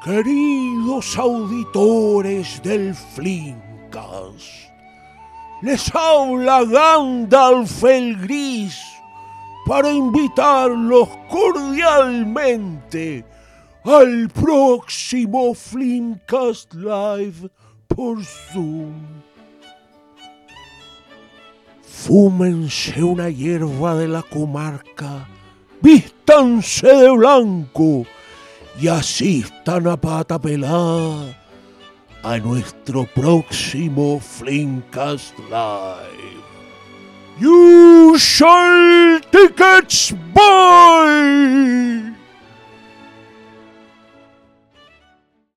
Queridos auditores del Flimcast, les habla Gandalf el Gris para invitarlos cordialmente al próximo Flimcast Live por Zoom. Fúmense una hierba de la comarca, vístanse de blanco y asistan a pata pelada a nuestro próximo Flimcast Live. You shall tickets buy!